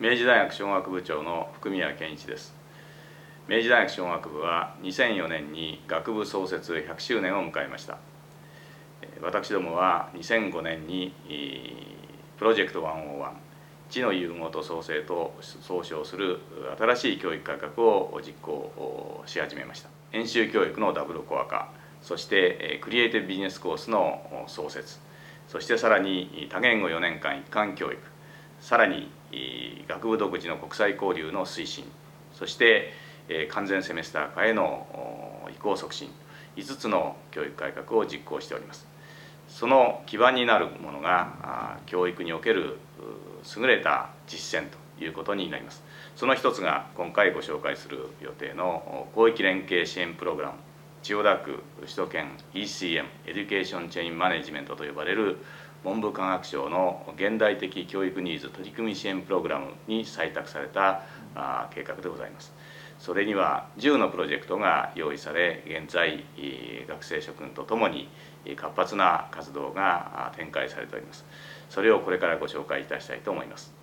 明治大学小学部長の福宮健一です。明治大学小学部は2004年に学部創設100周年を迎えました。私どもは2005年にプロジェクト101、知の融合と創生と総称する新しい教育改革を実行し始めました。演習教育のダブルコア化、そしてクリエイティブビジネスコースの創設、そしてさらに多言語4年間一貫教育、さらに学部独自の国際交流の推進、そして完全セメスター化への移行促進、5つの教育改革を実行しております。その基盤になるものが教育における優れた実践ということになります。その一つが今回ご紹介する予定の広域連携支援プログラム、千代田区首都圏 ECM エデュケーションチェインマネジメントと呼ばれる文部科学省の現代的教育ニーズ取り組み支援プログラムに採択された計画でございます。それには10のプロジェクトが用意され、現在学生諸君とともに活発な活動が展開されております。それをこれからご紹介いたしたいと思います。